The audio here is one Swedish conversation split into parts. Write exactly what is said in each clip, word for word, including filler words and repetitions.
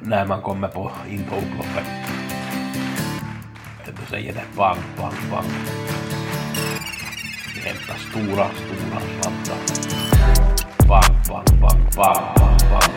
när man kommer på, in på upploppet. Då säger det bang, bang, bang. Vi hämtar stora, stora slantar. Bang, bang, bang, bang, bang, bang.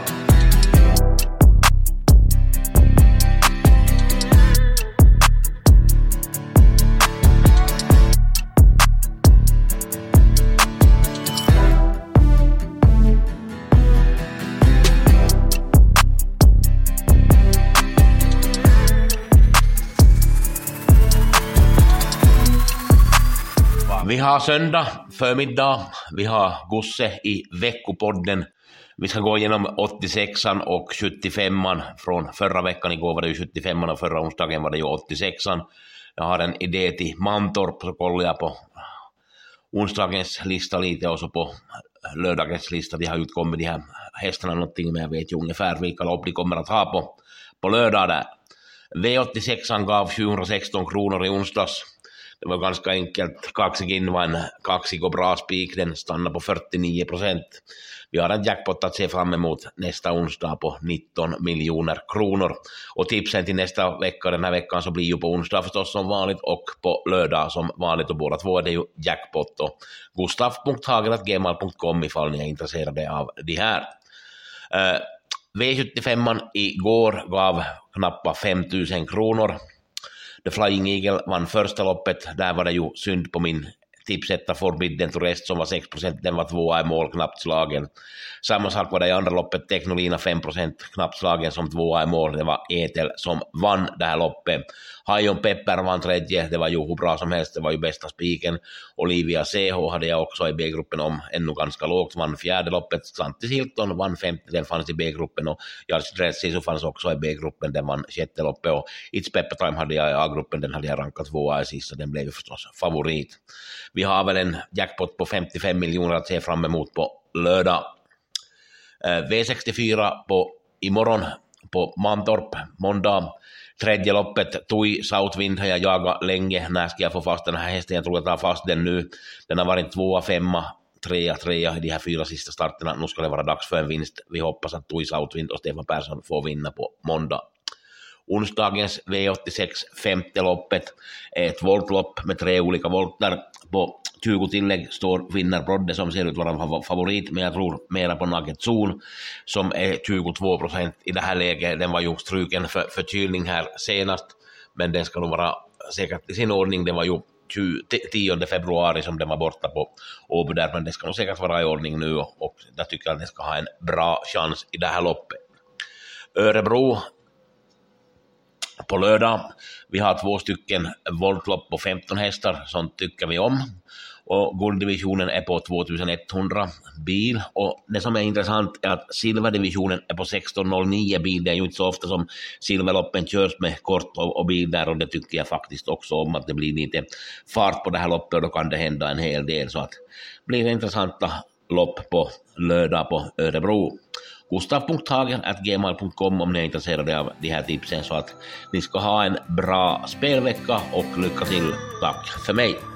Vi har söndag förmiddag, vi har Gusse i veckopodden. Vi ska gå igenom åttiosexan och sjuttiofemman från förra veckan. Igår var det ju sjuttiofemman och förra onsdagen var det ju åttiosexan. Jag har en idé till Mantorp, så kollar jag på onsdagens lista lite och så på lördagens lista. De har utkommit de här hästarna någonting, men jag vet ju ungefär vilka lopp de kommer att ha på, på lördag där. V åttiosexan gav sjuhundrasexton kronor i onsdags. Det var ganska enkelt. Kaxigin var en kaxig och bra spik. Den stannar på fyrtionio procent. Vi har en jackpot att se fram emot nästa onsdag på nitton miljoner kronor. Och tipsen till nästa vecka, den här veckan, så blir ju på onsdag förstås som vanligt och på lördag som vanligt. Och båda två är det ju jackpot. Och gustav punkt hager at gmail punkt com ifall ni är intresserade av de här. Uh, V sjuttiofemman igår gav knappt femtusen kronor. The Flying Eagle vann första loppet. Där var det ju synd på min tipsetta Forbidden Tourist som var sex procent. Den var tvåa i mål, knappt slagen. Samma sak var det i andra loppet. Technolina fem procent, knappt slagen som tvåa i mål. Det var Etel som vann det här loppet. Hajon Pepper vann tredje. Det var ju hur bra som helst. Det var ju bästa spiken. Olivia C H hade jag också i B-gruppen om. Ännu ganska lågt. Vann fjärde loppet. Santis Hilton vann femte. Den fanns i B-gruppen. Och Jarls Dressi så fanns också i B-gruppen. Den vann sjätte loppet. Och It's Pepper Time hade jag i A-gruppen. Den hade jag rankat tvåa i sista. Den blev ju förstås favorit. Vi har väl en jackpot på femtiofem miljoner att se fram emot på lördag. V sextiofyra på imorgon på Mantorp, måndag. Tredje loppet, Tui Southwind har jag jagat länge. När ska jag få fast den här hästen? Jag tror att jag tar fast den nu. Den har varit tvåa, femma, trea, trea i de här fyra sista starterna. Nu ska det vara dags för en vinst. Vi hoppas att Tui Southwind och Stefan Persson får vinna på måndag. Onsdagens V åttiosex femte loppet är ett voltlopp med tre olika volter. På tjugo tillägg står Vinner Brodde som ser ut att vara favorit, men jag tror mera på Nugget Zone som är tjugotvå procent i det här läget. Den var ju struken för förkylning här senast, men den ska nog vara säkert i sin ordning. Det var ju tionde februari som den var borta på Åby där, men det ska nog säkert vara i ordning nu och jag tycker att den ska ha en bra chans i det här loppet. Örebro på lördag. Vi har två stycken voltlopp på femton hästar som tycker vi om. Och gulddivisionen är på tvåtusenetthundra bil. Och det som är intressant är att silverdivisionen är på sexton noll nio bil. Det är ju inte så ofta som silverloppen körs med kort och, och bil där. Och det tycker jag faktiskt också om, att det blir lite fart på det här loppet. Och då kan det hända en hel del. Så att det blir intressanta lopp på lördag på Örebro. gustav punkt hager at gmail punkt com om ni är intresserade av de här tipsen, så att ni ska ha en bra spelvecka och lycka till. Tack för mig.